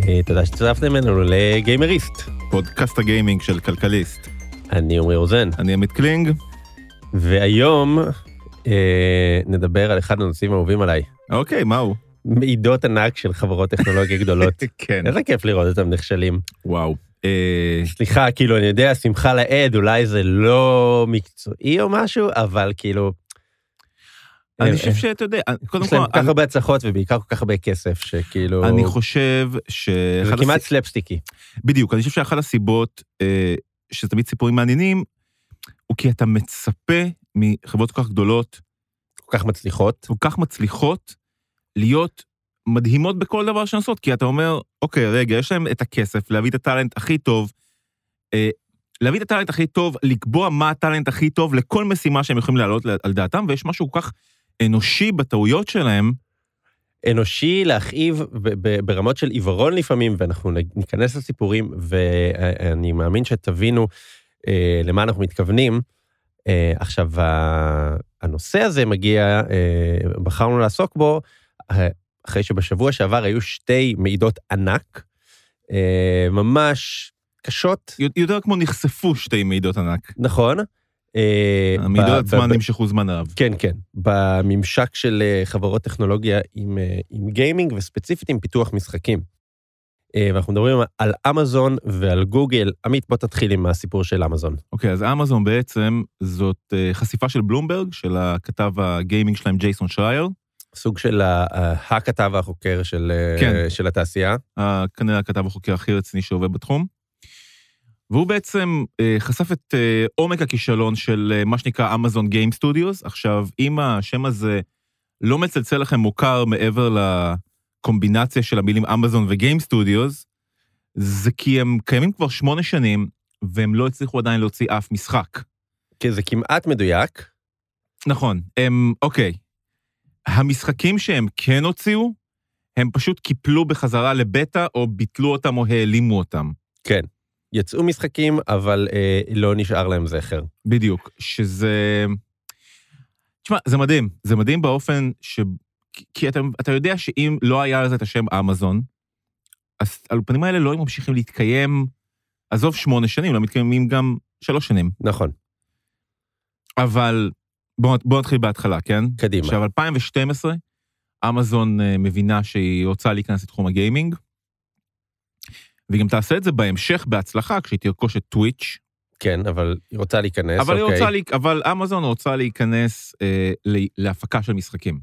תודה שצטרפתם אלינו לגיימריסט. פודקאסט הגיימינג של כלכליסט. אני עומרי רוזן. אני עמית קלינג. והיום נדבר על אחד הנושאים האהובים עליי. אוקיי, מהו? מעידות ענק של חברות טכנולוגיה גדולות. כן. איזה כיף לראות אותם נכשלים. וואו. סליחה, כאילו, אני יודע, שמחה לעד, אולי זה לא מקצועי או משהו, אבל כאילו... אני חושב שאתה יודע, קודם יש להם כל כך הרבה הצלחות ובעיקר כל כך הרבה כסף, שכאילו... אני חושב זה כמעט סלפסטיקי. בדיוק, אני חושב שאחת הסיבות שזה תמיד סיפורים מעניינים, הוא כי אתה מצפה מחברות כל כך גדולות, כל כך מצליחות, להיות מדהימות בכל דבר שנעשות, כי אתה אומר, אוקיי, רגע, יש להם את הכסף, להביא את הטלנט הכי טוב, לקבוע מה הטלנט הכי טוב לכל משימה שהם יכולים לעלות על דעתם, ויש משהו כל כך אנושי בטעויות שלהם. אנושי להכאיב ברמות של עיוורון לפעמים, ואנחנו ניכנס לסיפורים, ואני מאמין שתבינו למה אנחנו מתכוונים. עכשיו, הנושא הזה מגיע, בחרנו לעסוק בו, אחרי שבשבוע שעבר היו שתי מעידות ענק, ממש קשות. יותר כמו נחשפו שתי מעידות ענק. נכון. המעידות עצמן נמשכו זמן רב. כן, כן. בממשק של חברות טכנולוגיה עם גיימינג, וספציפית עם פיתוח משחקים. ואנחנו מדברים על אמזון ועל גוגל. עמית, בוא תתחיל עם הסיפור של אמזון. אוקיי, אז אמזון בעצם זאת חשיפה של בלומברג, של הכתב הגיימינג שלהם ג'ייסון שרייר. סוג של הכתב החוקר של התעשייה. כנראה הכתב החוקר הכי רציני שעובד בתחום. והוא בעצם חשף את עומק הכישלון של מה שנקרא אמזון גיים סטודיוס. עכשיו, אם השם הזה לא מצלצל לכם מוכר מעבר לקומבינציה של המילים אמזון וגיים סטודיוס, זה כי הם קיימים כבר 8 שנים, והם לא הצליחו עדיין להוציא אף משחק. כי זה כמעט מדויק. נכון, אוקיי. המשחקים שהם כן הוציאו, הם פשוט קיפלו בחזרה לבטא, או ביטלו אותם או העלימו אותם. כן. יצאו משחקים, אבל לא נשאר להם זכר. בדיוק, שזה... תשמע, זה מדהים באופן כי אתה יודע שאם לא היה לזה את השם אמזון, אז על הפנים האלה לא ממשיכים להתקיים, עזוב 8 שנים, לא מתקיימים גם 3 שנים. נכון. אבל בוא נתחיל בהתחלה, כן? קדימה. עכשיו, 2012, אמזון מבינה שהיא רוצה להיכנס לתחום הגיימינג, והיא גם תעשה את זה בהמשך בהצלחה, כשהיא תרכוש את טוויץ'. כן, אבל היא רוצה להיכנס, אבל אמזון רוצה להיכנס להפקה של משחקים.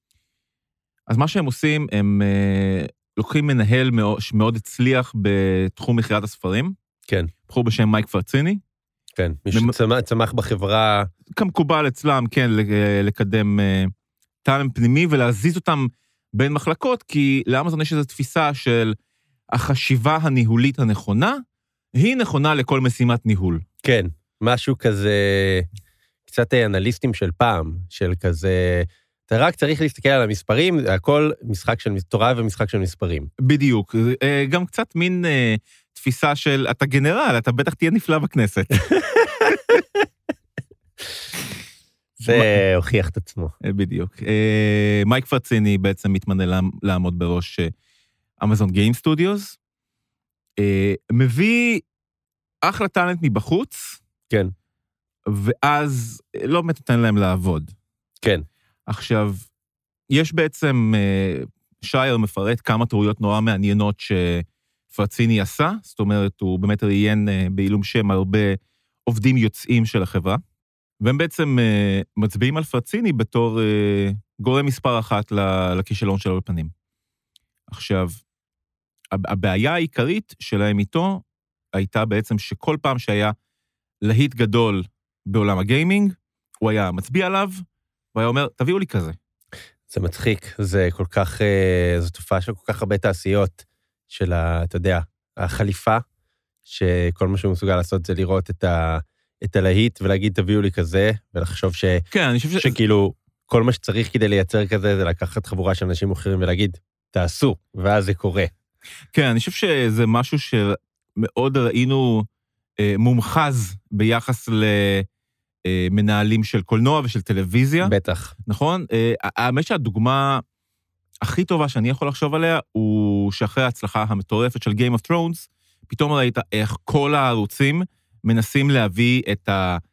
אז מה שהם עושים, הם לוקחים מנהל שמאוד הצליח בתחום מכירת הספרים. כן. בחור בשם מייק פרציני. כן, מישהו צמח בחברה. כמקובל אצלם, כן, לקדם טאלנט פנימי ולהזיז אותם בין מחלקות, כי לאמזון יש איזו תפיסה של החשיבה הניהולית הנכונה, היא נכונה לכל משימת ניהול. כן, משהו כזה, קצת אנליסטים של פעם, של כזה, אתה רק צריך להסתכל על המספרים, הכל משחק של תורה ומשחק של מספרים. בדיוק, גם קצת מין תפיסה של, אתה גנרל, אתה בטח תהיה נפלא בכנסת. זה הוכיח את עצמו. בדיוק. מייק פרציני בעצם מתמנה לעמוד בראש אמזון גיים סטודיוס, מביא אחלה טלנט מבחוץ, כן. ואז לא באמת נותן להם לעבוד. כן. עכשיו, יש בעצם, שייר מפרט כמה טעויות נורא מעניינות שפרציני עשה, זאת אומרת, הוא באמת ראיין בעילום שם הרבה עובדים יוצאים של החברה, והם בעצם מצביעים על פרציני בתור גורם מספר 1 לכישלון של הפנים. עכשיו, הבעיה העיקרית שלהם איתו הייתה בעצם שכל פעם שהיה להיט גדול בעולם הגיימינג, הוא היה מצביע עליו, והיה אומר, תביאו לי כזה. זה מצחיק, זה כל כך, זו תופעה של כל כך הרבה תעשיות של, אתה יודע, החליפה, שכל מה שהוא מסוגל לעשות זה לראות את הלהיט ולהגיד, תביאו לי כזה, ולחשוב כן, אני חושב שכאילו, כל מה שצריך כדי לייצר כזה, זה לקחת חבורה של אנשים אחרים ולהגיד, תעשו, ואז זה קורה. כן, אני חושב שזה משהו שמאוד ראינו מומחז ביחס למנהלים של קולנוע ושל טלוויזיה. בטח. נכון? האמת שהדוגמה הכי טובה שאני יכול לחשוב עליה, הוא שאחרי ההצלחה המטורפת של Game of Thrones, פתאום ראית איך כל הערוצים מנסים להביא את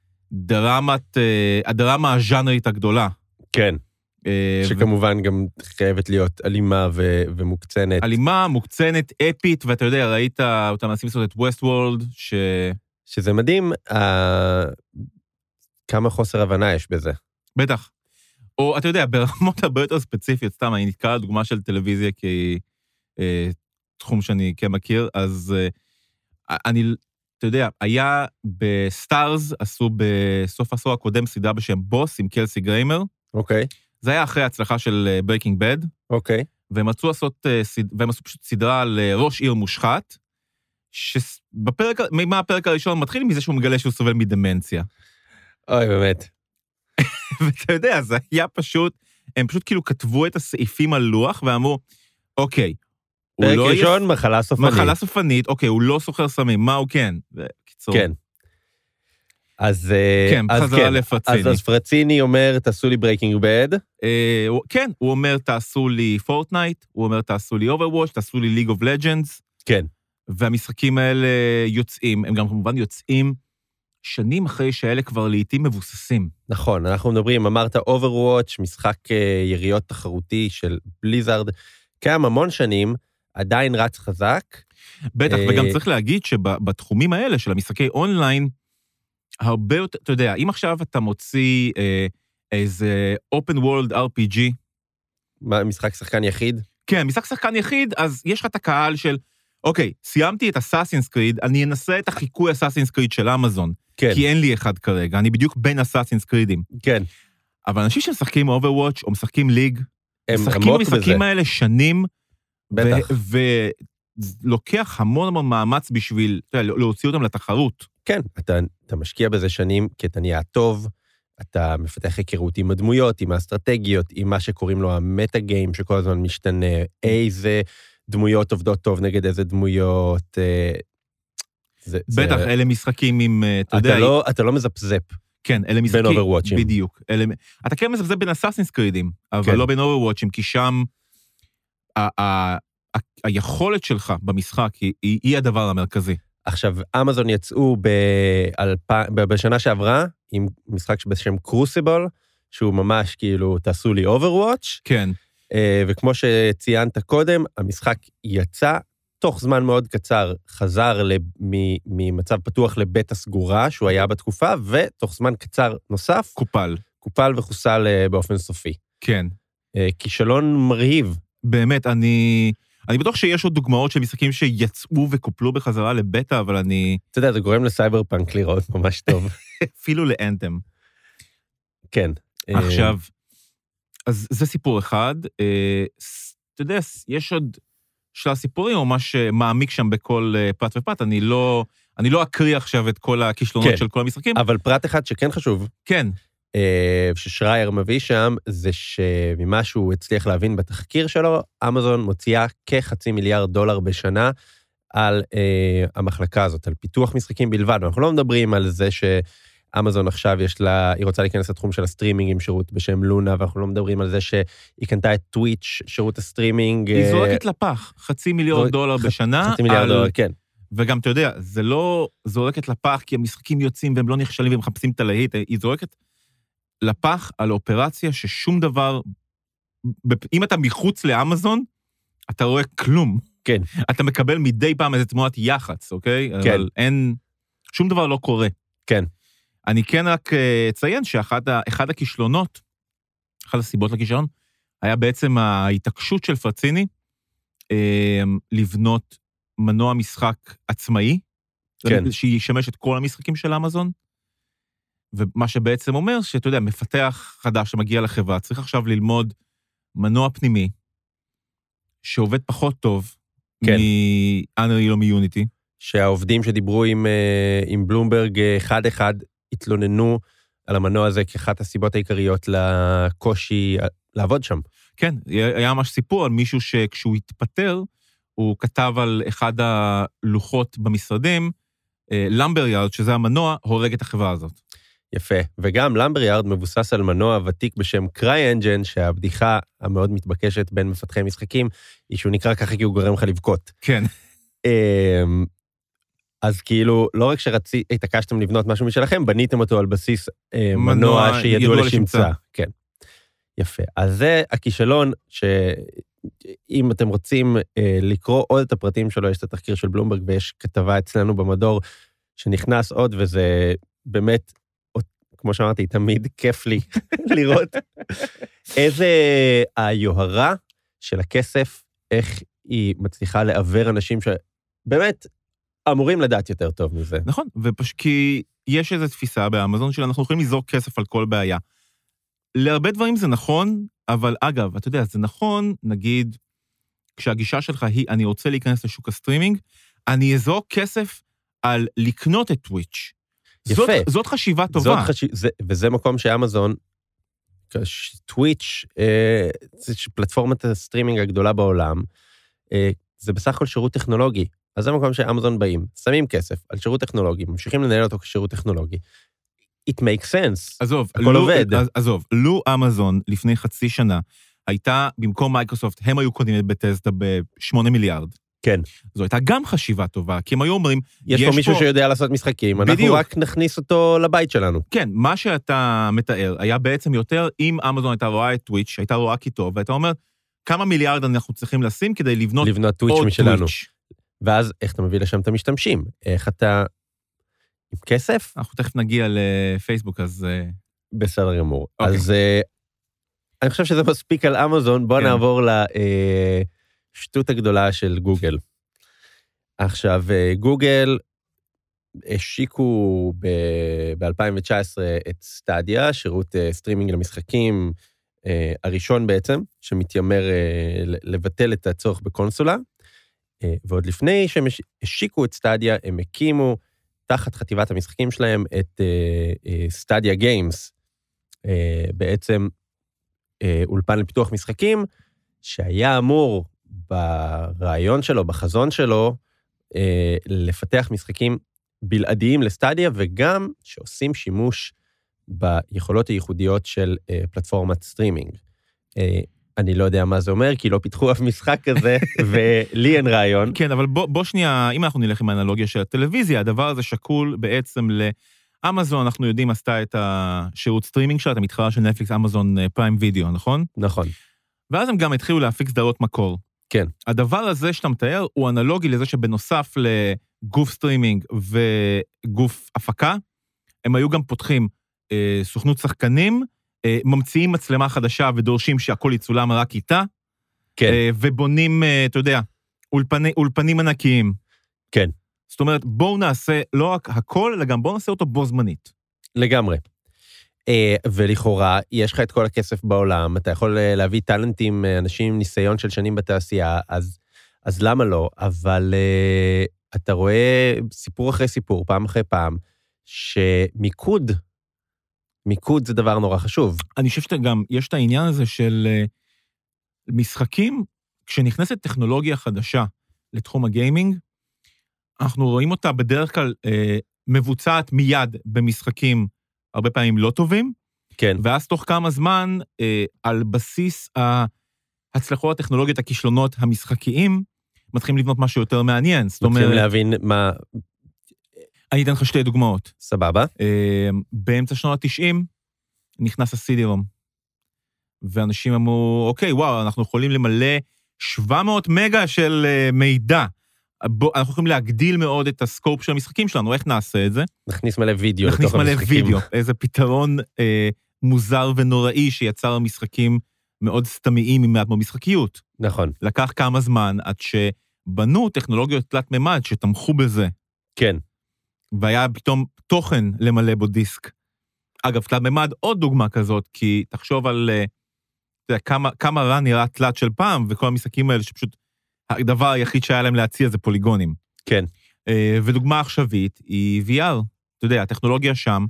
הדרמה הז'אנרית הגדולה. כן. שכמובן גם חייבת להיות אלימה ומוקצנת. אלימה, מוקצנת, אפית, ואתה יודע, ראית אותם מנסים לעשות את Westworld, שזה מדהים, כמה חוסר הבנה יש בזה. בטח. או, אתה יודע, ברמות הרבה יותר ספציפיות, סתם, אני נתקע לדוגמה של טלוויזיה, כי תחום שאני כן מכיר, אז אני, אתה יודע, היה בסטארס, עשו בסוף העשור הקודם סדרה בשם בוס, עם קלסי גריימר. אוקיי. זה היה אחרי ההצלחה של Breaking Bad. אוקיי. והם עשו פשוט סדרה על ראש עיר מושחת, מה הפרק הראשון מתחיל מזה שהוא מגלה שהוא סובל מדמנציה. אוי, באמת. ואתה יודע, זה היה פשוט, הם פשוט כאילו כתבו את הסעיפים על לוח, ואמרו, אוקיי, פרק ראשון, מחלה סופנית. מחלה סופנית, אוקיי, הוא לא סוחר סמים, מה הוא כן? קיצור. כן. אז חזרה לפרציני. אז פרציני אומר, תעשו לי Breaking Bad. כן, הוא אומר, תעשו לי Fortnite, הוא אומר, תעשו לי Overwatch, תעשו לי League of Legends. כן. והמשחקים האלה יוצאים, הם גם כמובן יוצאים שנים אחרי שאלה כבר לעתים מבוססים. נכון, אנחנו מדברים, אמרת Overwatch, משחק יריות תחרותי של בליזארד, קיים המון שנים, עדיין רץ חזק. בטח, וגם צריך להגיד שבתחומים האלה של המשחקי אונליין, הרבה יותר, אתה יודע, אם עכשיו אתה מוציא איזה open world RPG, משחק שחקן יחיד? כן, משחק שחקן יחיד, אז יש לך את הקהל של, אוקיי, סיימתי את אסאסינס קריד, אני אנסה את החיקוי אסאסינס קריד של אמזון, כן. כי אין לי אחד כרגע, אני בדיוק בין אסאסינס קרידים. כן. אבל אנשים שמשחקים אוברוואץ' או משחקים ליג, הם משחקים במשחקים האלה שנים, בטח. ולוקח המון המון מאמץ בשביל להוציא אותם לתחרות. כן, אתה משקיע בזה שנים, כי אתה נהיה טוב, אתה מפתח היכרות עם הדמויות, עם האסטרטגיות, עם מה שקוראים לו המטה גיים, שכל הזמן משתנה, איזה דמויות עובדות טוב נגד איזה דמויות. בטח, אלה משחקים עם, אתה יודע... אתה לא מזפזפ. כן, אלה משחקים... בין אוברוואצ'ים. בדיוק. אתה כן מזפזפ בין אסאסינס קרידים, אבל לא בין אוברוואצ'ים, כי שם היכולת שלך במשחק היא הדבר המרכזי. עכשיו, אמזון יצאו בשנה שעברה, עם משחק בשם קרוסיבל, שהוא ממש כאילו, תעשו לי Overwatch. כן. וכמו שציינת קודם, המשחק יצא, תוך זמן מאוד קצר, חזר ממצב פתוח לבית הסגורה, שהוא היה בתקופה, ותוך זמן קצר נוסף, קופל וחוסל באופן סופי. כן. כישלון מרהיב. באמת, אני בטוח שיש עוד דוגמאות של משחקים שיצאו וקופלו בחזרה לבטא, אבל אני... אתה יודע, זה גורם לסייבר פאנק לראות ממש טוב. אפילו לאנתם. כן. עכשיו, אז זה סיפור אחד. אתה יודע, יש עוד שלל סיפורים, או מה שמעמיק שם בכל פרט ופרט. אני לא אקריא עכשיו את כל הכישלונות של כל המשחקים. אבל פרט אחד שכן חשוב. כן. ששרייר מביא שם, זה שממה שהוא הצליח להבין בתחקיר שלו, אמזון מוציאה כ$500 מיליארד בשנה על המחלקה הזאת, על פיתוח משחקים בלבד. אנחנו לא מדברים על זה שאמזון עכשיו היא רוצה להיכנס לתחום של הסטרימינג עם שירות בשם לונה, ואנחנו לא מדברים על זה שהיא קנתה את טוויץ', שירות הסטרימינג. היא זורקת לפח, $500 מיליארד בשנה. $500 מיליארד, כן. וגם אתה יודע, זה לא זורקת לפח, כי המשחקים יוצאים והם לא נכשלים והם מחפשים את הלהיט, היא זורקת לפח על אופרציה ששום דבר, אם אתה מחוץ לאמזון, אתה רואה כלום. כן. אתה מקבל מדי פעם איזה תמונת יח"צ, אוקיי? כן. אבל שום דבר לא קורה. כן. אני כן רק אציין שאחד הכישלונות, אחת הסיבות לכישלון, היה בעצם ההתעקשות של פרציני, לבנות מנוע משחק עצמאי, כן. שישמש את כל המשחקים של אמזון, ומה שבעצם אומר, שאתה יודע, מפתח חדש שמגיע לחברה, צריך עכשיו ללמוד מנוע פנימי, שעובד פחות טוב, כן. מ-Unreal או מ-Unity. שהעובדים שדיברו עם בלומברג אחד התלוננו על המנוע הזה כאחת הסיבות העיקריות לקושי לעבוד שם. כן, היה ממש סיפור על מישהו שכשהוא התפטר, הוא כתב על אחד הלוחות במשרדים, למבריארד, שזה המנוע, הורג את החברה הזאת. יפה, וגם למבריארד מבוסס על מנוע ותיק בשם CryEngine, שהבדיחה המאוד מתבקשת בין מפתחי משחקים, היא שהוא נקרא ככה כי הוא גורם לך לבכות. כן. אז כאילו, לא רק שהתעקשתם לבנות משהו משלכם, בניתם אותו על בסיס מנוע שידוע לשמצה. כן. יפה. אז זה הכישלון שאם אתם רוצים לקרוא עוד את הפרטים שלו, יש את התחקיר של בלומברג, ויש כתבה אצלנו במדור שנכנס עוד, וזה באמת, כמו שאמרתי, תמיד כיף לי לראות איזה היוהרה של הכסף, איך היא מצליחה לעבר אנשים שבאמת אמורים לדעת יותר טוב מזה. נכון, ופשוט כי יש איזו תפיסה באמזון שאנחנו יכולים לזרוק כסף על כל בעיה. להרבה דברים זה נכון, אבל אגב, אתה יודע, זה נכון, נגיד, כשהגישה שלך היא, אני רוצה להיכנס לשוק הסטרימינג, אני אזרוק כסף על לקנות את טוויץ'. יפה. זאת חשיבה טובה. וזה מקום שאמזון, טוויץ', זה פלטפורמת הסטרימינג הגדולה בעולם, זה בסך הכל שירות טכנולוגי. אז זה מקום שאמזון באים, שמים כסף על שירות טכנולוגי, ממשיכים לנהל אותו כשירות טכנולוגי. It makes sense. הכל עובד. עזוב, לו אמזון לפני חצי שנה, הייתה במקום מייקרוסופט, הם היו קונים את בטסדה ב8 מיליארד. כן. זו הייתה גם חשיבה טובה, כי הם היו אומרים, יש פה מישהו שיודע לעשות משחקים, אנחנו רק נכניס אותו לבית שלנו. כן, מה שאתה מתאר היה בעצם יותר, אם אמזון הייתה רואה את טוויץ', הייתה רואה כי טוב, והייתה אומר, כמה מיליארד אנחנו צריכים לשים כדי לבנות טוויץ' משלנו. ואז איך אתה מביא לשם את המשתמשים? איך אתה עם כסף? אנחנו תכף נגיע לפייסבוק, אז בסדר גמור. אז אני חושב שזה מספיק על אמזון, בוא נעבור לשטות הגדולה של גוגל. עכשיו, גוגל השיקו ב-2019 את סטדיה, שירות סטרימינג למשחקים הראשון בעצם, שמתיימר לבטל את הצורך בקונסולה, ועוד לפני שהם השיקו את סטדיה, הם הקימו תחת חטיבת המשחקים שלהם את סטדיה גיימס, בעצם אולפן לפיתוח משחקים, שהיה אמור ברעיון שלו, בחזון שלו, לפתח משחקים בלעדיים לסטדיה, וגם שעושים שימוש ביכולות הייחודיות של פלטפורמת סטרימינג. אני לא יודע מה זה אומר, כי לא פיתחו אף משחק כזה, ולי אין רעיון. כן, אבל בוא שנייה, אם אנחנו נלך עם האנלוגיה של הטלוויזיה, הדבר הזה שקול בעצם לאמזון, אנחנו יודעים, עשתה את השירות סטרימינג שלה, את המתחרה של נטפליקס, אמזון פריים וידאו, נכון? נכון. ואז הם גם התחילו להפיק סדרות מקור. כן. הדבר הזה שאתה מתאר, הוא אנלוגי לזה שבנוסף לגוף סטרימינג וגוף הפקה, הם היו גם פותחים סוכנות שחקנים, ממציאים מצלמה חדשה ודורשים שהכל יצולם רק איתה, כן. ובונים, אתה יודע, אולפנים ענקיים. כן. זאת אומרת, בואו נעשה לא רק הכל, אלא גם בואו נעשה אותו בו זמנית. לגמרי. ולכאורה, יש לך את כל הכסף בעולם, אתה יכול להביא טלנטים, אנשים עם ניסיון של שנים בתעשייה, אז למה לא? אבל אתה רואה סיפור אחרי סיפור, פעם אחרי פעם, שמיקוד זה דבר נורא חשוב. אני חושב שגם יש את העניין הזה של משחקים, כשנכנסת טכנולוגיה חדשה לתחום הגיימינג, אנחנו רואים אותה בדרך כלל מבוצעת מיד במשחקים הרבה פעמים לא טובים, כן. ואז תוך כמה זמן, על בסיס ההצלחות הטכנולוגיות, הכישלונות המשחקיים, מתחילים לבנות משהו יותר מעניין. מתחילים להבין מה... אני אתן לך שתי דוגמאות. סבבה. באמצע שנות ה-90, נכנס הסידי-רום. ואנשים אמרו, אוקיי, וואו, אנחנו יכולים למלא 700 מגה של מידע. אנחנו יכולים להגדיל מאוד את הסקופ של המשחקים שלנו, איך נעשה את זה? נכניס מלא וידאו לתוך המשחקים. נכניס מלא וידאו, איזה פתרון מוזר ונוראי שיצר משחקים מאוד סתמיים עם מעט במשחקיות. נכון. לקח כמה זמן עד שבנו טכנולוגיות תלת ממד שתמכו בזה. כן. והיה פתאום תוכן למלא בו דיסק. אגב, תלת ממד עוד דוגמה כזאת, כי תחשוב על כמה רע נראה תלת של פעם, וכל המשחקים האלה שפשוט הדבר היחיד שהיה להם להציע זה פוליגונים. כן. ודוגמה עכשווית היא VR. אתה יודע, הטכנולוגיה שם,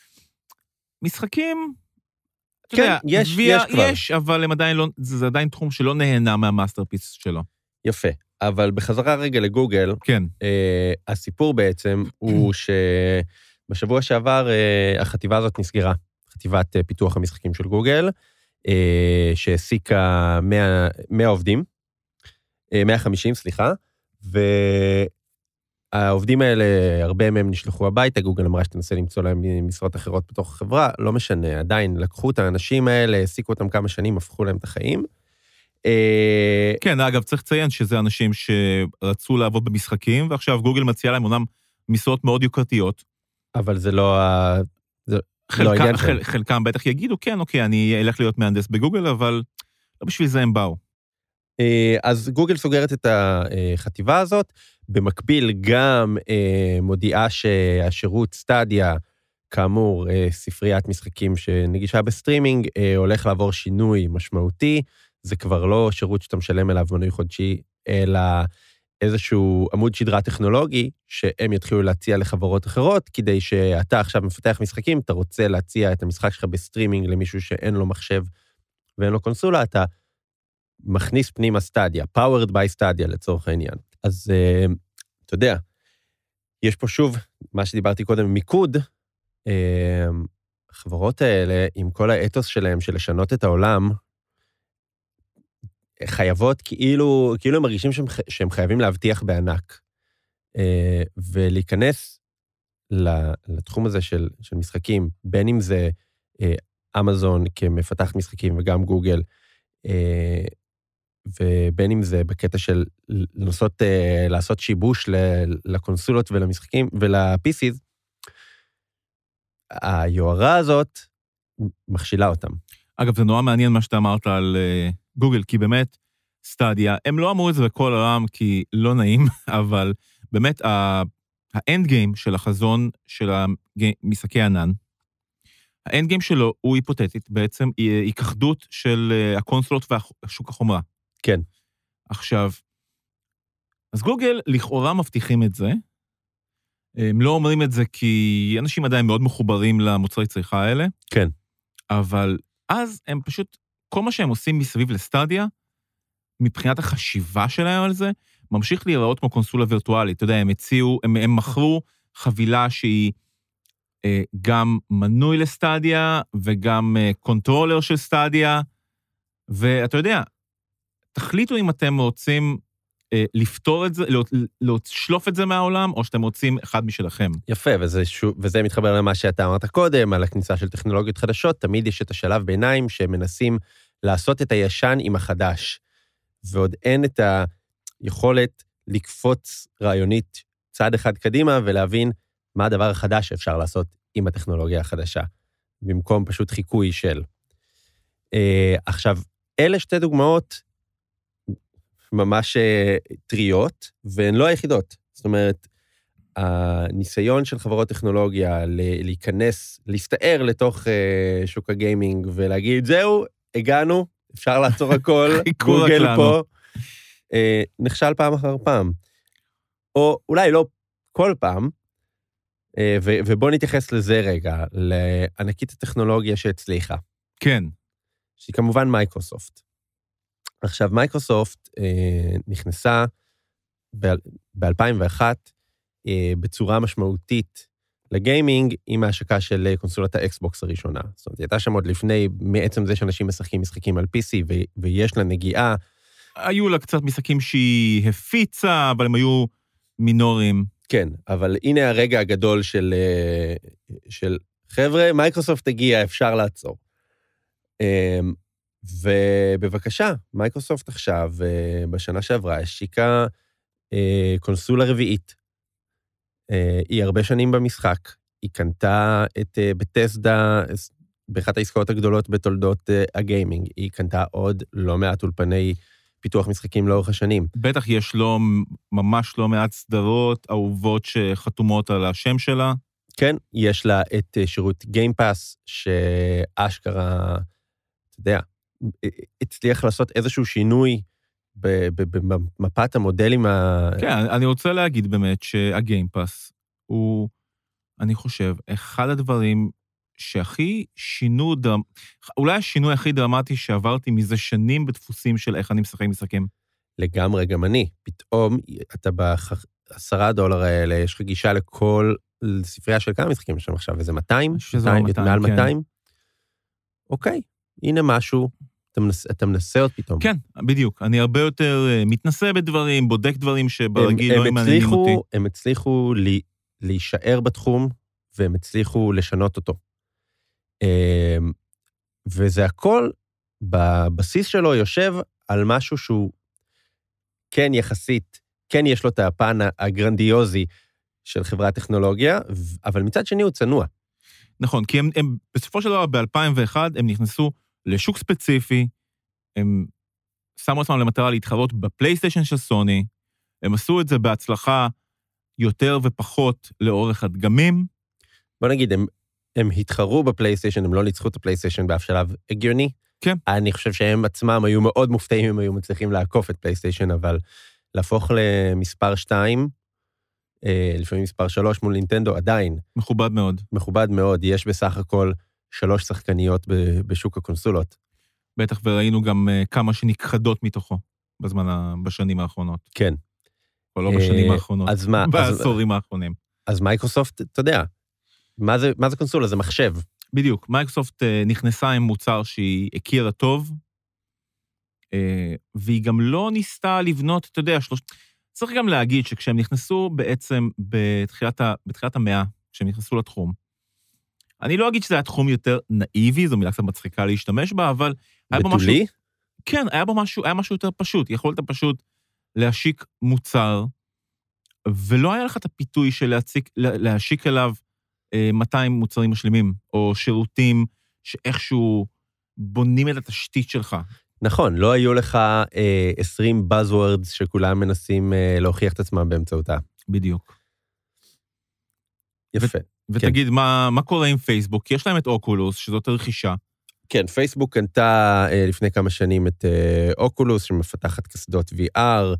משחקים, אתה יודע, יש כבר. יש, אבל הם עדיין לא, זה עדיין תחום שלא נהנה מהמאסטרפיס שלו. יפה. אבל בחזרה רגע לגוגל, כן. הסיפור בעצם הוא בשבוע שעבר החטיבה הזאת נסגרה, חטיבת פיתוח המשחקים של גוגל, שהעסיקה 100 עובדים, 150, סליחה, והעובדים האלה, הרבה מהם נשלחו הביתה, גוגל אמרה שתנסה למצוא להם משרות אחרות בתוך החברה, לא משנה, עדיין לקחו את האנשים האלה, העסיקו אותם כמה שנים, הפכו להם את החיים. כן, אגב, צריך לציין שזה אנשים שרצו לעבוד במשחקים, ועכשיו גוגל מציעה להם אומנם משרות מאוד יוקרתיות. אבל זה לא העניין שלהם. חלקם בטח יגידו, כן, אוקיי, אני אלך להיות מהנדס בגוגל, אבל לא בשביל זה הם באו. אז גוגל סוגרת את החטיבה הזאת, במקביל גם מודיעה שהשירות סטדיה, כאמור, ספריית משחקים שנגישה בסטרימינג, הולך לעבור שינוי משמעותי, זה כבר לא שירות שאתה משלם אליו מנוי חודשי, אלא איזשהו עמוד שדרה טכנולוגי, שהם יתחילו להציע לחברות אחרות, כדי שאתה עכשיו מפתח משחקים, אתה רוצה להציע את המשחק שלך בסטרימינג למישהו שאין לו מחשב ואין לו קונסולה, אתה מכניס פנימה סטדיה, powered by סטדיה לצורך העניין. אז אתה יודע, יש פה שוב, מה שדיברתי קודם, מיקוד, החברות האלה, עם כל האתוס שלהם של לשנות את העולם, חייבות, כאילו הם מרגישים שהם חייבים להבטיח בענק, ולהיכנס לתחום הזה של משחקים, בין אם זה אמזון כמפתח משחקים וגם גוגל, ובין אם זה בקטע של לנסות לעשות שיבוש לקונסולות ולמשחקים ול-PCs, היוערה הזאת מכשילה אותם. אגב, זה נורא מעניין מה שאתה אמרת על גוגל, כי באמת, סטדיה, הם לא אמרו את זה בכל העולם, כי לא נעים, אבל באמת, האנד גיים של החזון של משחקי ענן, האנד גיים שלו הוא היפותטית, בעצם היא היכחדות של הקונסולות והשוק החומרה. כן. עכשיו, אז גוגל לכאורה מבטיחים את זה, הם לא אומרים את זה כי אנשים עדיין מאוד מחוברים למוצרי צריכה האלה. כן. אבל אז הם פשוט, כל מה שהם עושים מסביב לסטדיה, מבחינת החשיבה שלהם על זה, ממשיך להיראות כמו קונסולה וירטואלית. אתה יודע, הם מכרו חבילה שהיא גם מנוי לסטדיה, וגם קונטרולר של סטדיה, ואתה יודע, תחליטו אם אתם רוצים לפתור את זה, לשלוף את זה מהעולם, או שאתם רוצים אחד משלכם. יפה, וזה מתחבר למה שאתה אמרת קודם, על הכניסה של טכנולוגיות חדשות, תמיד יש את השלב ביניים שמנסים לעשות את הישן עם החדש, ועוד אין את היכולת לקפוץ רעיונית צעד אחד קדימה, ולהבין מה הדבר החדש שאפשר לעשות עם הטכנולוגיה החדשה, במקום פשוט חיקוי של. עכשיו, אלה שתי דוגמאות ממש טריות, והן לא היחידות. זאת אומרת, הניסיון של חברות טכנולוגיה להיכנס, להסתער לתוך שוק הגיימינג, ולהגיד, זהו, הגענו, אפשר לעצור הכל, גוגל פה, נכשל פעם אחר פעם. או אולי לא כל פעם, ובוא נתייחס לזה רגע, לענקית הטכנולוגיה שהצליחה. כן. שהיא כמובן מייקרוסופט. עכשיו, מייקרוסופט נכנסה ב-2001 בצורה משמעותית לגיימינג, עם ההשקה של קונסולת האקסבוקס הראשונה. זאת אומרת, היא הייתה שם עוד לפני, מעצם זה שאנשים משחקים על PC, ויש לה נגיעה. היו לה קצת משחקים שהיא הפיצה, אבל הם היו מינוריים. כן, אבל הנה הרגע הגדול של חבר'ה, מייקרוסופט הגיע, אפשר לעצור. ובבקשה, מייקרוסופט עכשיו, בשנה שעברה, השיקה קונסולה רביעית. היא הרבה שנים במשחק, היא קנתה את בטסדה, באחת העסקאות הגדולות בתולדות הגיימינג, היא קנתה עוד לא מעט אולפני פיתוח משחקים לאורך השנים. בטח יש לו ממש לא מעט סדרות אהובות שחתומות על השם שלה. כן, יש לה את שירות גיימפאס, שאשכרה, אתה יודע, הצליח לעשות איזשהו שינוי במפת המודלים כן, אני רוצה להגיד באמת שהגיימפאס הוא, אני חושב, אחד הדברים שהכי שינו, אולי השינוי הכי דרמטי שעברתי מזה שנים בדפוסים של איך אני משחקים. לגמרי, גם אני. פתאום אתה $10 האלה, יש לך גישה לכל ספרייה של כמה משחקים יש שם עכשיו, איזה 200? שזה 200, מעל כן. 200? אוקיי, הנה משהו, אתה מנסה עוד פתאום. כן, בדיוק. אני הרבה יותר מתנסה בדברים, בודק דברים שברגיל לא מעניינים אותי. הם הצליחו להישאר בתחום, והם הצליחו לשנות אותו. וזה הכל, בבסיס שלו יושב על משהו שהוא כן יחסית, כן יש לו את הפן הגרנדיוזי של חברת טכנולוגיה, אבל מצד שני הוא צנוע. נכון, כי הם בסופו של דבר ב-2001 הם נכנסו לשוק ספציפי, הם שמו עצמם למטרה להתחרות בפלייסטיישן של סוני, הם עשו את זה בהצלחה יותר ופחות לאורך הדגמים. בוא נגיד, הם התחרו בפלייסטיישן, הם לא ניצחו את הפלייסטיישן באף שלב הגיוני. כן. אני חושב שהם עצמם היו מאוד מופתעים אם היו מצליחים לעקוף את פלייסטיישן, אבל להפוך למספר 2, לפעמים מספר 3 מול נינטנדו, עדיין. מכובד מאוד. מכובד מאוד, יש בסך הכל 3 שחקניות בשוק הקונסולות. בטח וראינו גם כמה שנכחדות מתוכו בשנים האחרונות. כן. או לא בשנים האחרונות. אז מה? בעשורים האחרונים. אז מייקרוסופט, אתה יודע, מה זה קונסולה? זה מחשב. בדיוק, מייקרוסופט נכנסה עם מוצר שהיא הכירה טוב, והיא גם לא ניסתה לבנות, אתה יודע, צריך גם להגיד שכשהם נכנסו בעצם בתחילת המאה, כשהם נכנסו לתחום, אני לא אגיד שזה היה תחום יותר נאיבי, זו מילה קצת מצחיקה להשתמש בה, אבל היה בו משהו... בתולי? כן, היה משהו יותר פשוט, יכולת פשוט להשיק מוצר, ולא היה לך את הפיתוי של להשיק אליו 200 מוצרים משלימים, או שירותים שאיכשהו בונים את התשתית שלך. נכון, לא היו לך 20 buzzwords שכולם מנסים להוכיח את עצמם באמצעותה. בדיוק. יפה. ותגיד, מה קורה עם פייסבוק? יש להם את אוקולוס, שזאת רכישה. כן, פייסבוק קנתה לפני כמה שנים את אוקולוס, שמפתחת קסדות VR.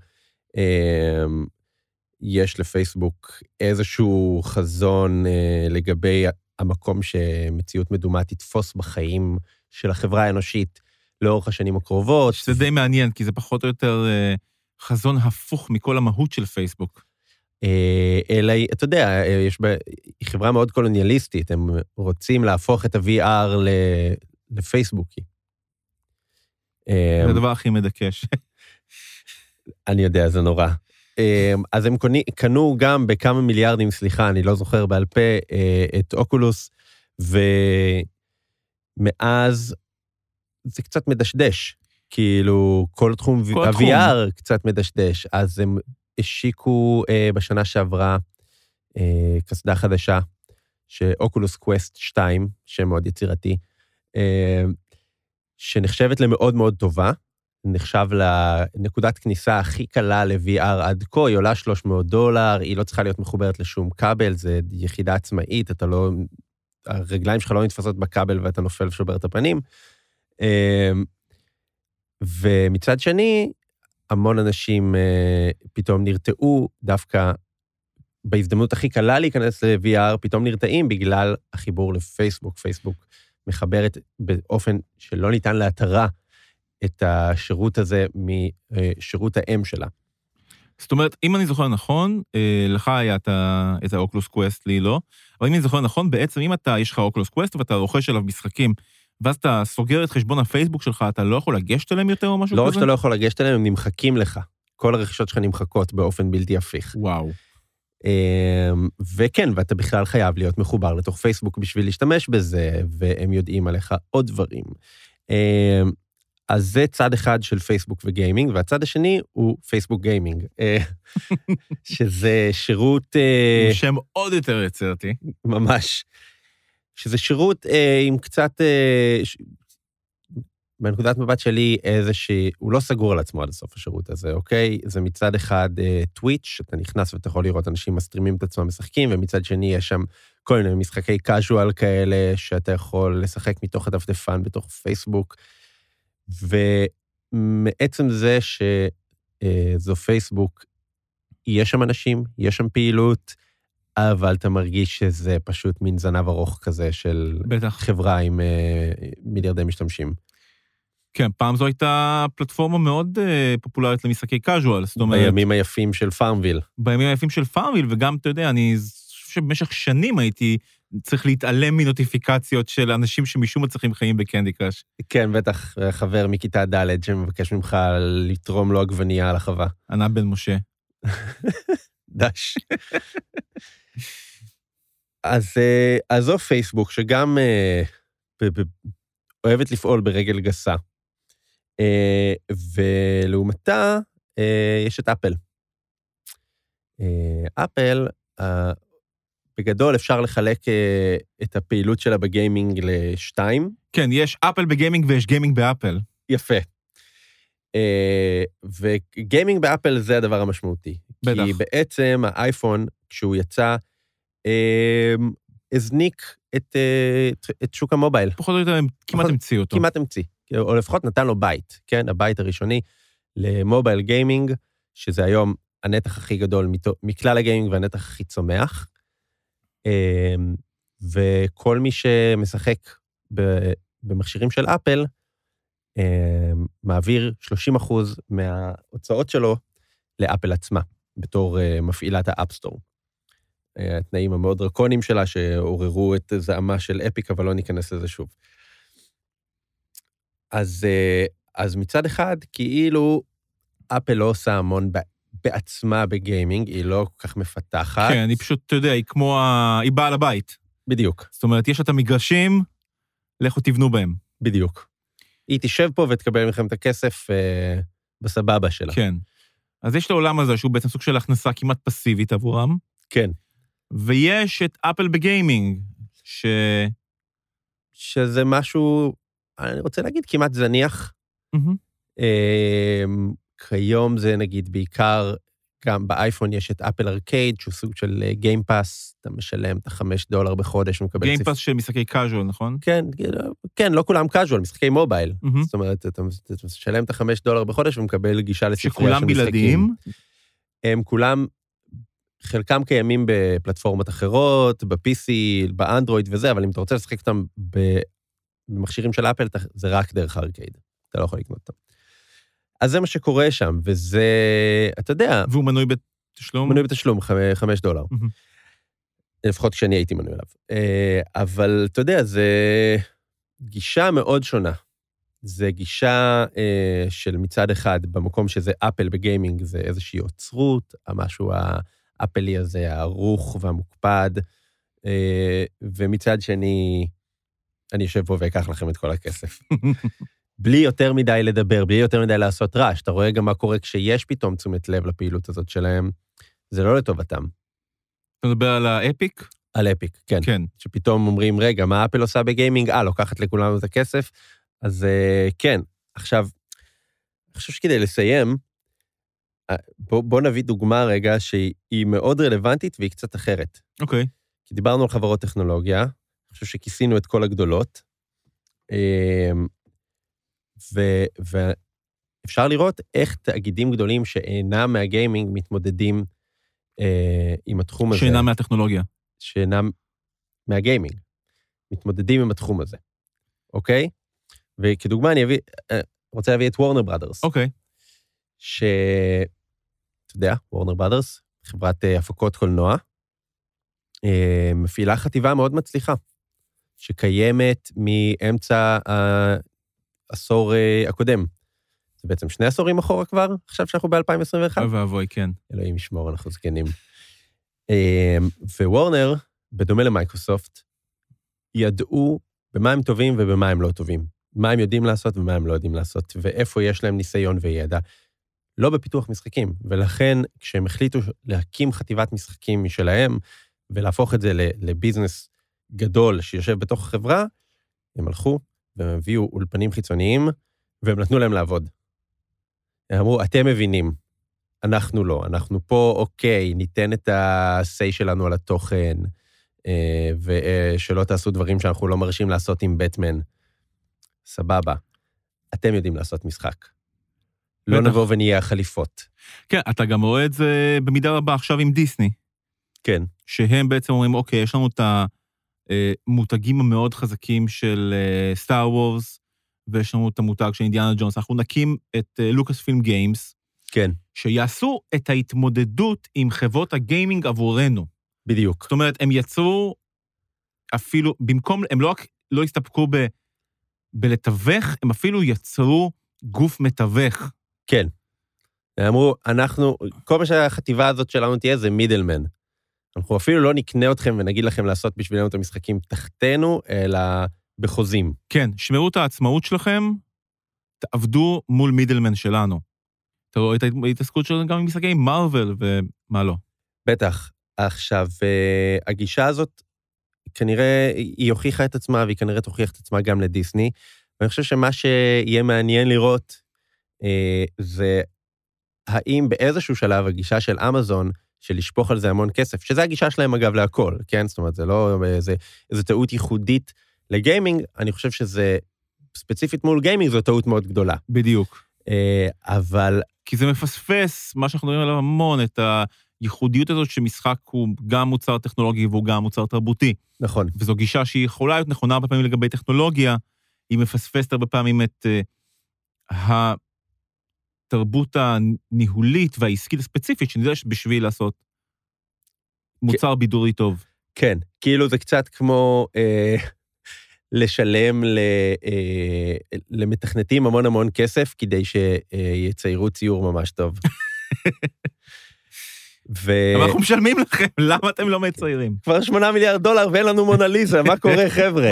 יש לפייסבוק איזשהו חזון לגבי המקום שמציאות מדומה תתפוס בחיים של החברה האנושית לאורך השנים הקרובות. שזה די מעניין, כי זה פחות או יותר חזון הפוך מכל המהות של פייסבוק. אלא, אתה יודע, היא חברה מאוד קולוניאליסטית, הם רוצים להפוך את ה-VR לפייסבוקי. זה הדבר הכי מדקש. אני יודע, זה נורא. אז הם קנו גם בכמה מיליארדים, סליחה, אני לא זוכר בעל פה, את אוקולוס, ומאז זה קצת מדשדש, כאילו כל תחום ה-VR קצת מדשדש, אז הם השיקו בשנה שעברה קסדה חדשה, שאוקולוס קווסט 2, שם מאוד יצירתי, שנחשבת למאוד מאוד טובה, נחשב לנקודת כניסה הכי קלה ל-VR עד כה, היא עולה $300, היא לא צריכה להיות מחוברת לשום כבל, זה יחידה עצמאית, אתה לא, הרגליים שלך לא נתפסות בכבל ואתה נופל ושובר את הפנים. ומצד שני, המון אנשים פתאום נרתעו דווקא בהזדמנות הכי קלה להיכנס ל-VR, פתאום נרתעים בגלל החיבור לפייסבוק. פייסבוק מחברת באופן שלא ניתן להתרה את השירות הזה משירות האם שלה. זאת אומרת, אם אני זוכר נכון, לך היה את האוקולוס קווסט, לי לא, אבל אם אני זוכר נכון, בעצם אם יש לך אוקולוס קווסט ואתה רוכש עליו משחקים, ואז אתה סוגר את חשבון הפייסבוק שלך, אתה לא יכול לגשת אליהם יותר או משהו כזה? לא רק שאתה לא יכול לגשת אליהם, הם נמחקים לך. כל הרכישות שלך נמחקות באופן בלתי הפיך. וואו. וכן, ואתה בכלל חייב להיות מחובר לתוך פייסבוק בשביל להשתמש בזה, והם יודעים עליך עוד דברים. אז זה צד אחד של פייסבוק וגיימינג, והצד השני הוא פייסבוק גיימינג, שזה שירות... שם עוד יותר יצירתי. ממש. שזה שירות עם קצת, בנקודת מבט שלי, הוא לא סגור על עצמו עד הסוף השירות הזה, אוקיי? זה מצד אחד טוויץ', שאתה נכנס ואתה יכול לראות אנשים מסטרימים את עצמם משחקים, ומצד שני יש שם כל מיני משחקי קאז'ואל כאלה, שאתה יכול לשחק מתוך הדפדפן בתוך פייסבוק, ומעצם זה שזו פייסבוק, יש שם אנשים, יש שם פעילות, אבל אתה מרגיש שזה פשוט מין זנב ארוך כזה של בטח. חברה עם מיליארדי משתמשים. כן, פעם זו הייתה פלטפורמה מאוד פופולרית למשחקי קאז'ואל, זאת אומרת... בימים היפים של פארמוויל. בימים היפים של פארמוויל, וגם, אתה יודע, אני חושב שבמשך שנים הייתי צריך להתעלם מנוטיפיקציות של אנשים שמשום מה צריכים חיים בקנדי קראש. כן, בטח חבר מכיתה ד' שמבקש ממך לתרום לו עגבנייה על החווה. ענה בן משה. דש. אז זו פייסבוק, שגם אוהבת לפעול ברגל גסה. ולעומתה, יש את אפל. אפל, בגדול אפשר לחלק את הפעילות שלה בגיימינג לשתיים. כן, יש אפל בגיימינג ויש גיימינג באפל. יפה. וגיימינג באפל זה הדבר המשמעותי. בטח. כי בעצם האייפון, כשהוא יצא, הזניק את שוק המובייל. פחות או יותר כמעט המציא אותו. כמעט המציא. או לפחות נתן לו בית, כן? הבית הראשוני למובייל גיימינג, שזה היום הנתח הכי גדול מכלל הגיימינג והנתח הכי צומח. וכל מי שמשחק במכשירים של אפל, מעביר 30% מההוצאות שלו לאפל עצמה, בתור מפעילת האפסטור. התנאים המאוד דרקוניים שלה, שעוררו את זעמה של אפיק, אבל לא ניכנס לזה שוב. אז מצד אחד, כאילו, אפל לא עושה המון בעצמה בגיימינג, היא לא כל כך מפתחת. כן, היא פשוט, אתה יודע, היא כמו, היא באה לבית. בדיוק. זאת אומרת, יש את המגרשים, לכו תבנו בהם. בדיוק. היא תשב פה ותקבל מכם את הכסף בסבבה שלה. כן. אז יש את העולם הזה, שהוא בעצם סוג של הכנסה כמעט פסיבית עבורם. כן. ויש את אפל בגיימינג, שזה משהו, אני רוצה להגיד, כמעט זניח. כיום זה נגיד בעיקר, גם באייפון יש את אפל ארקייד, שהוא סוג של גיימפאס, אתה משלם את $5 בחודש, ומקבל... גיימפאס של משחקי קאז'ואל, נכון? כן, לא כולם קאז'ואל, משחקי מובייל. זאת אומרת, אתה משלם את $5 בחודש, ומקבל גישה לספרייה של משחקים. שכולם בלעדיים? הם כולם, חלקם קיימים בפלטפורמות אחרות, ב-PC, באנדרואיד וזה, אבל אם אתה רוצה לשחק אותם במכשירים של אפל, זה רק דרך הארקייד. אתה לא יכול לקנות אותם. אז זה מה שקורה שם, וזה, אתה יודע... והוא מנוי בתשלום? מנוי בתשלום, $5. לפחות כשאני הייתי מנוי עליו. אבל אתה יודע, זה גישה מאוד שונה. זה גישה של מצד אחד, במקום שזה אפל בגיימינג, זה איזושהי אוצרות, המשהו האפלי הזה, הערוך והמוקפד, ומצד שני, אני יושב פה ויקח לכם את כל הכסף. בלי יותר מדי לדבר, בלי יותר מדי לעשות רעש. אתה רואה גם מה קורה כשיש פתאום תשומת לב לפעילות הזאת שלהם. זה לא לטובתם. אתה מדבר על האפיק? על אפיק, כן. כן. שפתאום אומרים, רגע, מה אפל עושה בגיימינג? לוקחת לכולנו את הכסף. אז כן. עכשיו, אני חושב שכדי לסיים, בוא נביא דוגמה רגע שהיא מאוד רלוונטית והיא קצת אחרת. אוקיי. כי דיברנו על חברות טכנולוגיה, אני חושב שכיסינו את כל הגדולות, ואפשר לראות איך תאגידים גדולים שאינם מהגיימינג מתמודדים עם התחום הזה. שאינם מהטכנולוגיה. שאינם מהגיימינג. מתמודדים עם התחום הזה. אוקיי? וכדוגמה אני רוצה להביא את וורנר בראדרס. אוקיי. אתה יודע, וורנר בראדרס, חברת הפקות קולנוע, מפעילה חטיבה מאוד מצליחה, שקיימת מאמצע העשור הקודם. זה בעצם 2 עשורים אחורה כבר, עכשיו שאנחנו ב-2021. ואבוי, כן. אלוהים ישמור, אנחנו זקנים. ווורנר, בדומה למייקרוסופט, ידעו במה הם טובים ובמה הם לא טובים. מה הם יודעים לעשות ומה הם לא יודעים לעשות, ואיפה יש להם ניסיון וידע. לא בפיתוח משחקים, ולכן כשהם החליטו להקים חטיבת משחקים משלהם, ולהפוך את זה לביזנס גדול שיושב בתוך החברה, הם הלכו והם הביאו אולפנים חיצוניים, והם נתנו להם לעבוד. הם אמרו, אתם מבינים, אנחנו לא, אנחנו פה, אוקיי, ניתן את ה-say שלנו על התוכן, ושלא תעשו דברים שאנחנו לא מרשים לעשות עם בטמן. סבבה. אתם יודעים לעשות משחק. לא נבוא ונהיה החליפות. כן, אתה גם רואה את זה במידה רבה עכשיו עם דיסני. כן. שהם בעצם אומרים, אוקיי, יש לנו את המותגים המאוד חזקים של סטאר וורס, ויש לנו את המותג של אינדיאנה ג'ונס, אנחנו נקים את לוקאס פילם גיימס, כן. שיעשו את ההתמודדות עם חברות הגיימינג עבורנו. בדיוק. זאת אומרת, הם יצרו אפילו, במקום, הם לא הסתפקו בלתווך, הם אפילו יצרו גוף מתווך. כן. הם אמרו, כל מה שהחטיבה הזאת שלנו תהיה זה מידלמן. אנחנו אפילו לא נקנה אתכם ונגיד לכם לעשות בשבילנו את המשחקים תחתנו, אלא בחוזים. כן, שמרו את העצמאות שלכם, תעבדו מול מידלמן שלנו. אתה רואה את ההתעסקות שלנו גם עם משחקים מרוול ומה לא. בטח. עכשיו, הגישה הזאת, כנראה היא הוכיחה את עצמה, והיא כנראה תוכיח את עצמה גם לדיסני, ואני חושב שמה שיהיה מעניין לראות, זה האם באיזשהו שלב הגישה של אמזון, של לשפוך על זה המון כסף, שזה הגישה שלהם אגב להכל, כן? זאת אומרת, זה לא איזו טעות ייחודית לגיימינג, אני חושב שזה, ספציפית מול גיימינג, זו טעות מאוד גדולה. בדיוק. אבל... כי זה מפספס, מה שאנחנו מדברים עליו המון, את הייחודיות הזאת שמשחק הוא גם מוצר טכנולוגי והוא גם מוצר תרבותי. נכון. וזו גישה שהיא יכולה להיות נכונה הרבה פעמים לגבי טכנולוגיה, היא מפספסת הרבה פעמים את התרבות הניהולית והעסקית הספציפית, שנדרשת בשביל לעשות מוצר בידורי טוב. כן, כאילו זה קצת כמו לשלם למתכנתים המון המון כסף, כדי שיציירו ציור ממש טוב. אבל אנחנו משלמים לכם, למה אתם לא מציירים? כבר 8 מיליארד דולר ואין לנו מונליזה, מה קורה חבר'ה?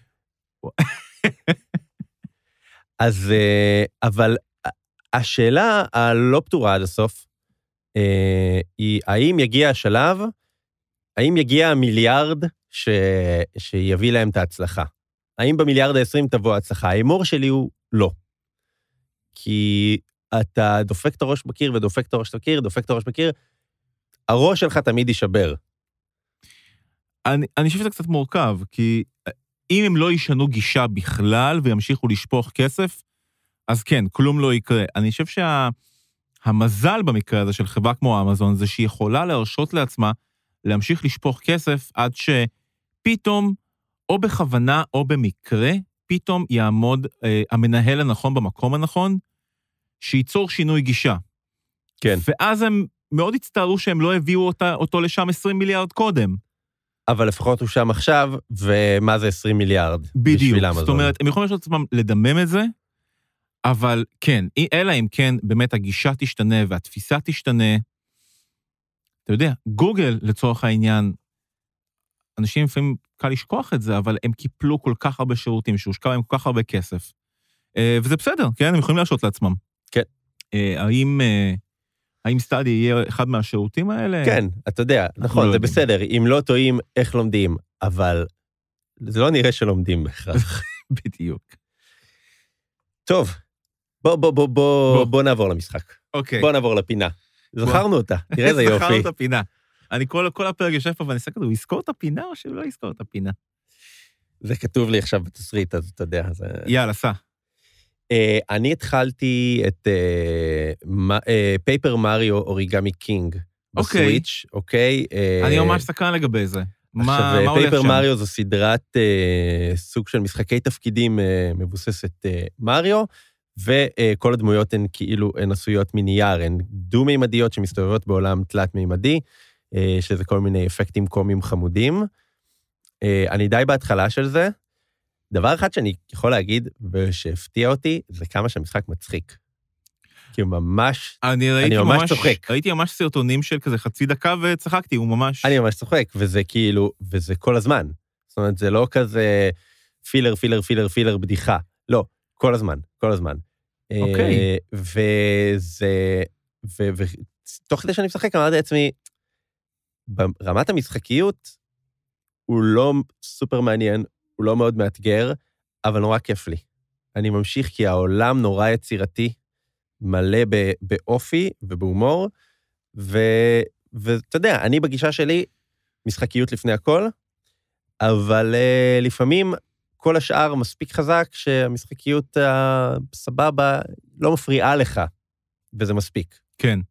אז, אבל השאלה הלא פתורה עד הסוף, היא האם יגיע השלב, האם יגיע המיליארד שיביא להם את ההצלחה? האם במיליארד ה-20 תבוא ההצלחה? האמור שלי הוא לא. כי אתה דופק את הראש בקיר ודופק את הראש בקיר, דופק את הראש בקיר, הראש שלך תמיד יישבר. אני חושב שזה קצת מורכב, כי אם הם לא ישנו גישה בכלל וימשיכו לשפוך כסף, אז כן, כלום לא יקרה. אני חושב שהמזל במקרה הזה של חברה כמו אמזון, זה שהיא יכולה להרשות לעצמה להמשיך לשפוך כסף עד שפתאום, או בכוונה או במקרה, פתאום יעמוד המנהל הנכון במקום הנכון, שייצור שינוי גישה. כן. ואז הם מאוד הצטערו שהם לא הביאו אותו לשם 20 מיליארד קודם. אבל לפחות הוא שם עכשיו, ומה זה 20 מיליארד? בדיוק. זאת אומרת, הם יכולים לשאול את עצמם לדמם את זה, אבל כן, אלא אם כן באמת הגישה תשתנה והתפיסה תשתנה, אתה יודע, גוגל לצורך העניין, אנשים לפעמים קל לשכוח את זה, אבל הם קיפלו כל כך הרבה שירותים, שהושקע להם כל כך הרבה כסף. וזה בסדר, כן? הם יכולים להרשות לעצמם. כן. האם סטאדי יהיה אחד מהשירותים האלה? כן, אתה יודע, נכון, זה בסדר, אם לא טועים איך לומדים, אבל זה לא נראה שלומדים בכך. בדיוק. טוב, בוא נעבור למשחק. אוקיי. בוא נעבור לפינה. זכרנו אותה, תראה איזה יופי. זכרנו את הפינה. אני כל הפרק יושב פה ואני אעשה כזה, הוא יזכור את הפינה או שהוא לא יזכור את הפינה? זה כתוב לי עכשיו בתסריט, אז אתה יודע. יאללה, סע. אני התחלתי את פייפר מריו אוריגמי קינג בסוויץ', אוקיי? אני ממש סקרן לגבי זה. עכשיו, פייפר מריו זו סדרת סוג של משחקי תפקידים מבוססת מריו, וכל הדמויות הן כאילו הן עשויות מנייר, הן דו-מימדיות שמסתובבות בעולם תלת-מימדי, שזה כל מיני אפקטים קומיים חמודים. אני די בהתחלה של זה. דבר אחד שאני יכול להגיד, ושהפתיע אותי, זה כמה שהמשחק מצחיק. כי הוא ממש, אני ממש צוחק. ראיתי ממש סרטונים של כזה חצי דקה וצחקתי, הוא ממש... אני ממש צוחק, וזה כאילו, וזה כל הזמן. זאת אומרת, זה לא כזה פילר, בדיחה. לא, כל הזמן. אוקיי. ותוך כדי שאני משחק, אמרתי לעצמי, ברמת המשחקיות, הוא לא סופר מעניין, הוא לא מאוד מאתגר, אבל נורא כיף לי. אני ממשיך כי העולם נורא יצירתי, מלא באופי ובהומור, ואתה יודע, אני בגישה שלי, משחקיות לפני הכל, אבל לפעמים כל השאר מספיק חזק, שהמשחקיות הסבבה לא מפריעה לך, וזה מספיק. כן.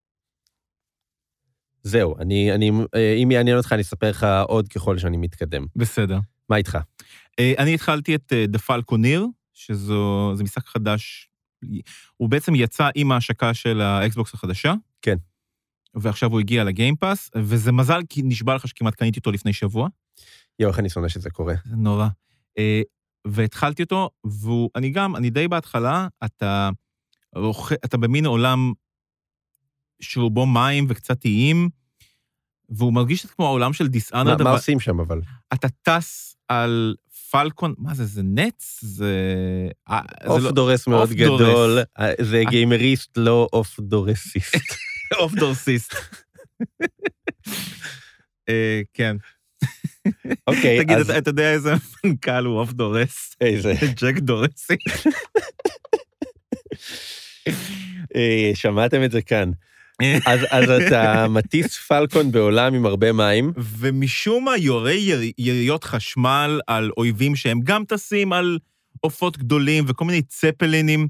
זהו, אם יעניין אותך, אני אספר לך עוד ככל שאני מתקדם. בסדר. מה איתך? אני התחלתי את The Falconeer, שזה משחק חדש, הוא בעצם יצא עם ההשקה של האקסבוקס החדשה. כן. ועכשיו הוא הגיע לגיימפאס, וזה מזל, כי נשבע לך שכמעט קניתי אותו לפני שבוע. איך אני שונא שזה קורה. זה נורא. והתחלתי אותו, אני די בהתחלה, אתה במין עולם שהוא בו מים וקצת איים, והוא מרגיש כמו העולם של דיסאנרד. מה עושים שם אבל? אתה טס על פלקון, מה זה, זה נץ? זה... אוף דורס מאוד גדול, זה גיימריסט, לא אוף דורסיסט. אוף דורסיסט. כן. אוקיי, תגיד, אתה יודע איזה מנכ"ל הוא אוף דורס? איזה? ג'ק דורסי. שמעתם את זה כאן. אז אתה מטיס פלקון בעולם עם הרבה מים. ומשום מה יורה יריות חשמל על אויבים שהם גם טסים על עופות גדולים וכל מיני צפלינים,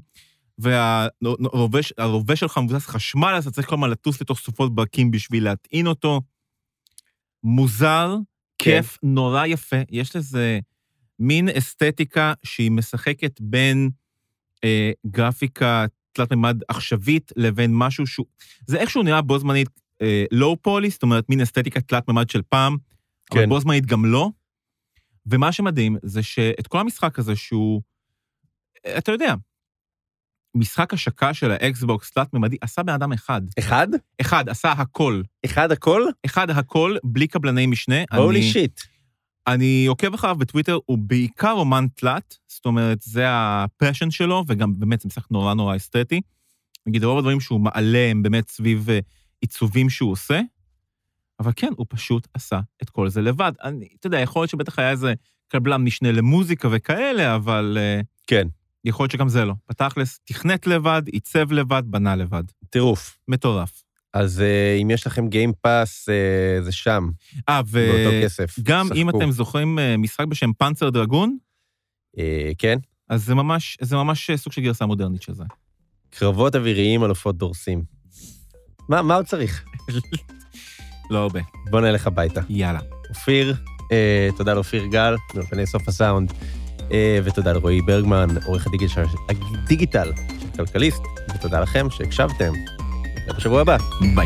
והרובה שלך מבוסס חשמל, אז אתה צריך כל הזמן לטוס לתוך סופות ברקים בשביל להטעין אותו. מוזר, כיף, נורא יפה. יש לזה מין אסתטיקה שהיא משחקת בין גרפיקה תלת ממד עכשווית לבין משהו שהוא... זה איכשהו נראה בו זמנית לואו פולי, זאת אומרת מין אסתטיקה תלת ממד של פעם, כן. אבל בו זמנית גם לא. ומה שמדהים זה שאת כל המשחק הזה שהוא... אתה יודע, משחק השקה של האקסבוקס תלת ממדי עשה בן אדם אחד. אחד? אחד, עשה הכל. אחד הכל? אחד הכל, בלי קבלני משנה. הולי שיט. אני עוקב אחריו בטוויטר, הוא בעיקר אומן תלת, זאת אומרת, זה הפשן שלו, וגם באמת זה משחק נורא נורא אסתטי. נגיד, רוב הדברים שהוא מעלה הם באמת סביב עיצובים שהוא עושה, אבל כן, הוא פשוט עשה את כל זה לבד. אתה יודע, יכול להיות שבטח היה איזה קבלן משנה למוזיקה וכאלה, אבל... כן. יכול להיות שגם זה לא. בתכלס, תכנת לבד, עיצב לבד, בנה לבד. טירוף. מטורף. אז אם יש לכם גיימפאס, זה שם. באותו כסף. גם אם אתם זוכרים משחק בשם פנצר דרגון, כן. אז זה ממש סוג של גרסה מודרנית של זה. קרבות אוויריים על עופות דורסים. מה עוד צריך? לא הרבה. בוא נלך הביתה. יאללה. אופיר, תודה לאופיר גל, מרפני סוף הסאונד, ותודה לרועי ברגמן, עורך הדיגיטל של כלכליסט, ותודה לכם שהקשבתם. בשבוע הבא. ביי.